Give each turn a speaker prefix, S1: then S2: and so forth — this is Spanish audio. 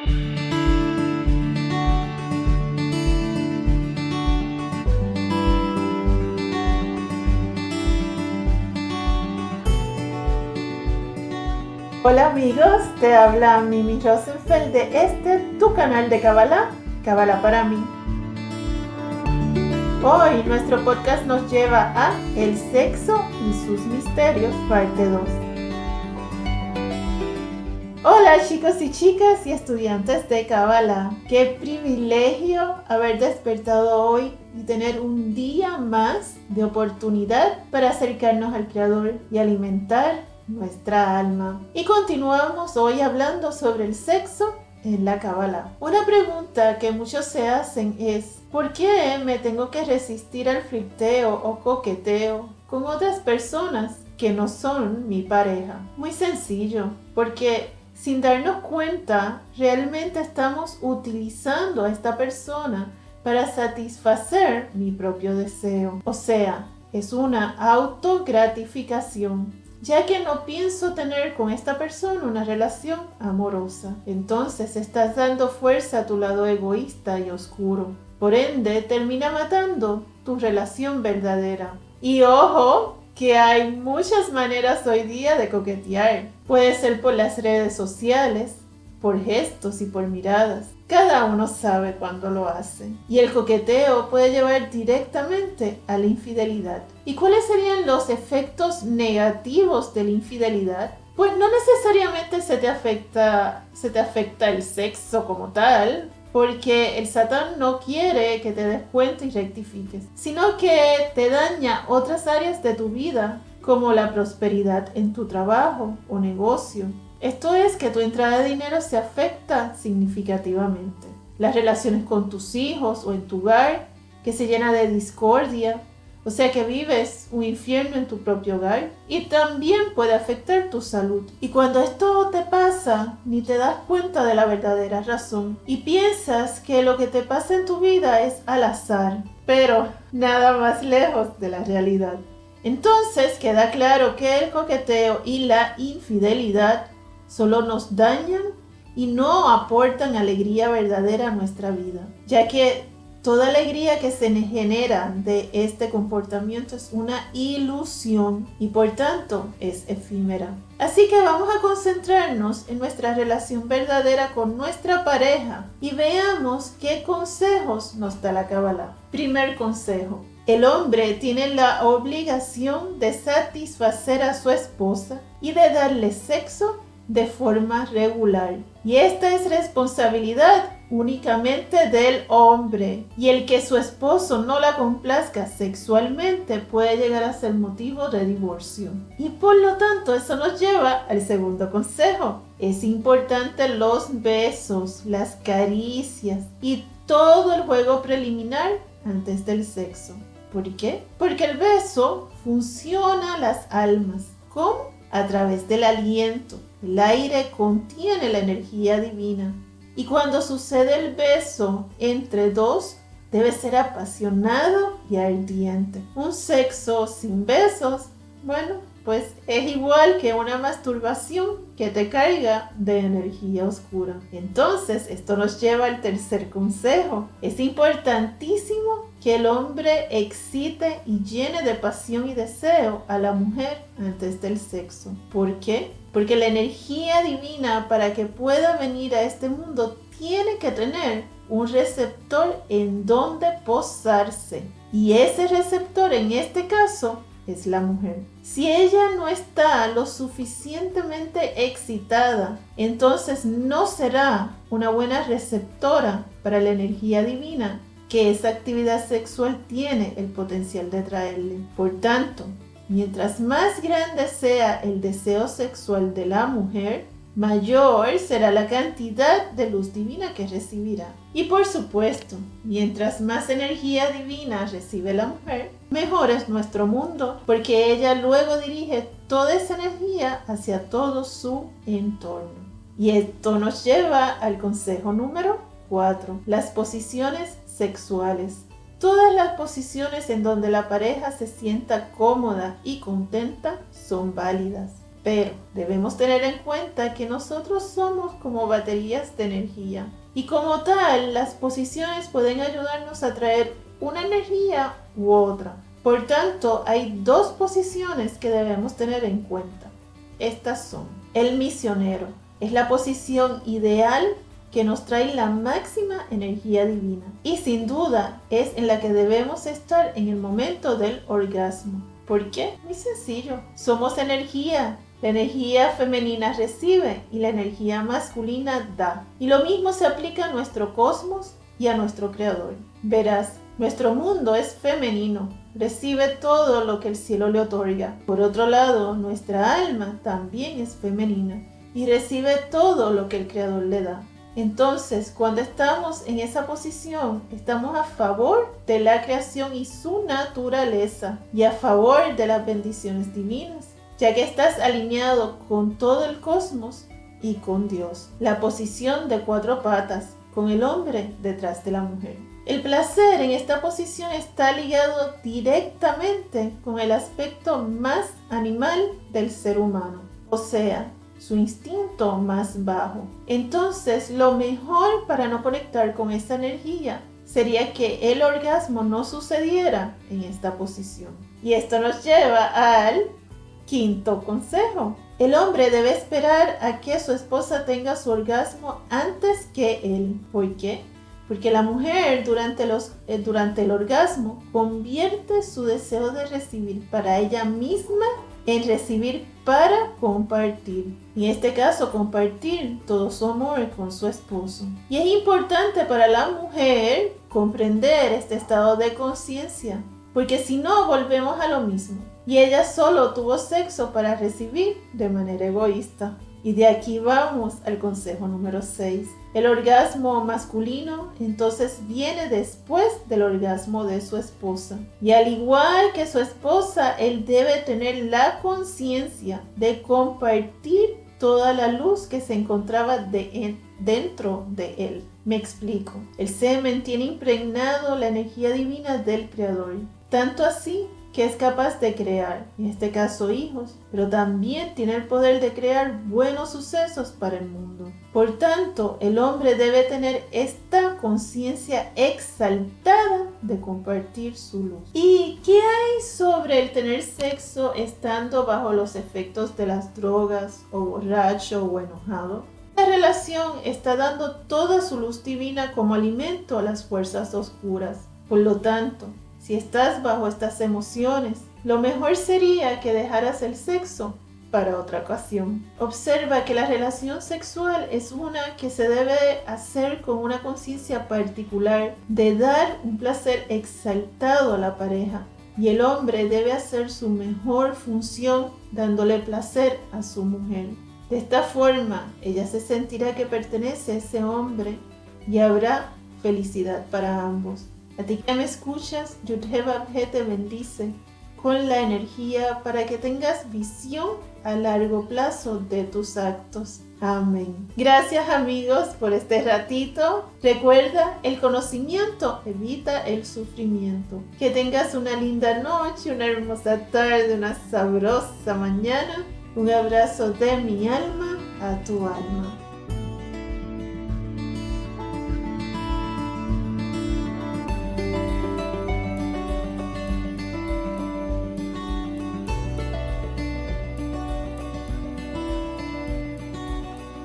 S1: Hola amigos, te habla Mimi Rosenfeld de tu canal de Kabbalah, Kabbalah para mí. Hoy nuestro podcast nos lleva a El sexo y sus misterios, parte 2. Hola chicos y chicas y estudiantes de Kabbalah. Qué privilegio haber despertado hoy y tener un día más de oportunidad para acercarnos al Creador y alimentar nuestra alma. Y continuamos hoy hablando sobre el sexo en la Kabbalah. Una pregunta que muchos se hacen es: ¿por qué me tengo que resistir al flirteo o coqueteo con otras personas que no son mi pareja? Muy sencillo, porque sin darnos cuenta realmente estamos utilizando a esta persona para satisfacer mi propio deseo. O sea, es una autogratificación, ya que no pienso tener con esta persona una relación amorosa. Entonces estás dando fuerza a tu lado egoísta y oscuro. Por ende, termina matando tu relación verdadera. Y ojo, que hay muchas maneras hoy día de coquetear. Puede ser por las redes sociales, por gestos y por miradas. Cada uno sabe cuándo lo hace. Y el coqueteo puede llevar directamente a la infidelidad. ¿Y cuáles serían los efectos negativos de la infidelidad? Pues no necesariamente se te afecta el sexo como tal, porque el Satán no quiere que te des cuenta y rectifiques, sino que te daña otras áreas de tu vida, como la prosperidad en tu trabajo o negocio. Esto es que tu entrada de dinero se afecta significativamente. Las relaciones con tus hijos o en tu hogar, que se llena de discordia, o sea que vives un infierno en tu propio hogar, y también puede afectar tu salud. Y cuando esto te pasa, ni te das cuenta de la verdadera razón y piensas que lo que te pasa en tu vida es al azar, pero nada más lejos de la realidad. Entonces queda claro que el coqueteo y la infidelidad solo nos dañan y no aportan alegría verdadera a nuestra vida, ya que toda alegría que se genera de este comportamiento es una ilusión y por tanto es efímera. Así que vamos a concentrarnos en nuestra relación verdadera con nuestra pareja y veamos qué consejos nos da la Kabbalah. Primer consejo: el hombre tiene la obligación de satisfacer a su esposa y de darle sexo de forma regular. Y esta es responsabilidad únicamente del hombre. Y el que su esposo no la complazca sexualmente puede llegar a ser motivo de divorcio. Y por lo tanto, eso nos lleva al segundo consejo. Es importante los besos, las caricias y todo el juego preliminar antes del sexo. ¿Por qué? Porque el beso funciona a las almas. ¿Cómo? A través del aliento. El aire contiene la energía divina. Y cuando sucede el beso entre dos, debe ser apasionado y ardiente. Un sexo sin besos, bueno, pues es igual que una masturbación que te carga de energía oscura. Entonces, esto nos lleva al tercer consejo. Es importantísimo que el hombre excite y llene de pasión y deseo a la mujer antes del sexo. ¿Por qué? Porque la energía divina, para que pueda venir a este mundo, tiene que tener un receptor en donde posarse. Y ese receptor, en este caso, es la mujer. Si ella no está lo suficientemente excitada, entonces no será una buena receptora para la energía divina que esa actividad sexual tiene el potencial de traerle. Por tanto, mientras más grande sea el deseo sexual de la mujer, mayor será la cantidad de luz divina que recibirá. Y por supuesto, mientras más energía divina recibe la mujer, mejor es nuestro mundo, porque ella luego dirige toda esa energía hacia todo su entorno. Y esto nos lleva al consejo número 4, las posiciones sexuales. Todas las posiciones en donde la pareja se sienta cómoda y contenta son válidas. Pero debemos tener en cuenta que nosotros somos como baterías de energía y como tal las posiciones pueden ayudarnos a traer una energía u otra. Por tanto, hay dos posiciones que debemos tener en cuenta. Estas son: el misionero es la posición ideal que nos trae la máxima energía divina y sin duda es en la que debemos estar en el momento del orgasmo. ¿Por qué? Muy sencillo, somos energía. La energía femenina recibe y la energía masculina da. Y lo mismo se aplica a nuestro cosmos y a nuestro creador. Verás, nuestro mundo es femenino, recibe todo lo que el cielo le otorga. Por otro lado, nuestra alma también es femenina y recibe todo lo que el creador le da. Entonces, cuando estamos en esa posición, estamos a favor de la creación y su naturaleza y a favor de las bendiciones divinas, ya que estás alineado con todo el cosmos y con Dios. La posición de 4 patas, con el hombre detrás de la mujer. El placer en esta posición está ligado directamente con el aspecto más animal del ser humano, o sea, su instinto más bajo. Entonces, lo mejor para no conectar con esta energía sería que el orgasmo no sucediera en esta posición. Y esto nos lleva al quinto consejo. El hombre debe esperar a que su esposa tenga su orgasmo antes que él. ¿Por qué? Porque la mujer durante el orgasmo convierte su deseo de recibir para ella misma en recibir para compartir. En este caso, compartir todo su amor con su esposo. Y es importante para la mujer comprender este estado de conciencia, porque si no volvemos a lo mismo. Y ella solo tuvo sexo para recibir de manera egoísta. Y de aquí vamos al consejo número 6. El orgasmo masculino entonces viene después del orgasmo de su esposa. Y al igual que su esposa, él debe tener la conciencia de compartir toda la luz que se encontraba dentro de él. Me explico. El semen tiene impregnado la energía divina del Creador. Tanto así que es capaz de crear, en este caso hijos, pero también tiene el poder de crear buenos sucesos para el mundo. Por tanto, el hombre debe tener esta conciencia exaltada de compartir su luz. ¿Y qué hay sobre el tener sexo estando bajo los efectos de las drogas, o borracho o enojado? La relación está dando toda su luz divina como alimento a las fuerzas oscuras. Por lo tanto, si estás bajo estas emociones, lo mejor sería que dejaras el sexo para otra ocasión. Observa que la relación sexual es una que se debe hacer con una conciencia particular de dar un placer exaltado a la pareja. Y el hombre debe hacer su mejor función dándole placer a su mujer. De esta forma, ella se sentirá que pertenece a ese hombre y habrá felicidad para ambos. A ti que me escuchas, Yudhebabhe te bendice con la energía para que tengas visión a largo plazo de tus actos. Amén. Gracias amigos por este ratito. Recuerda, el conocimiento evita el sufrimiento. Que tengas una linda noche, una hermosa tarde, una sabrosa mañana. Un abrazo de mi alma a tu alma.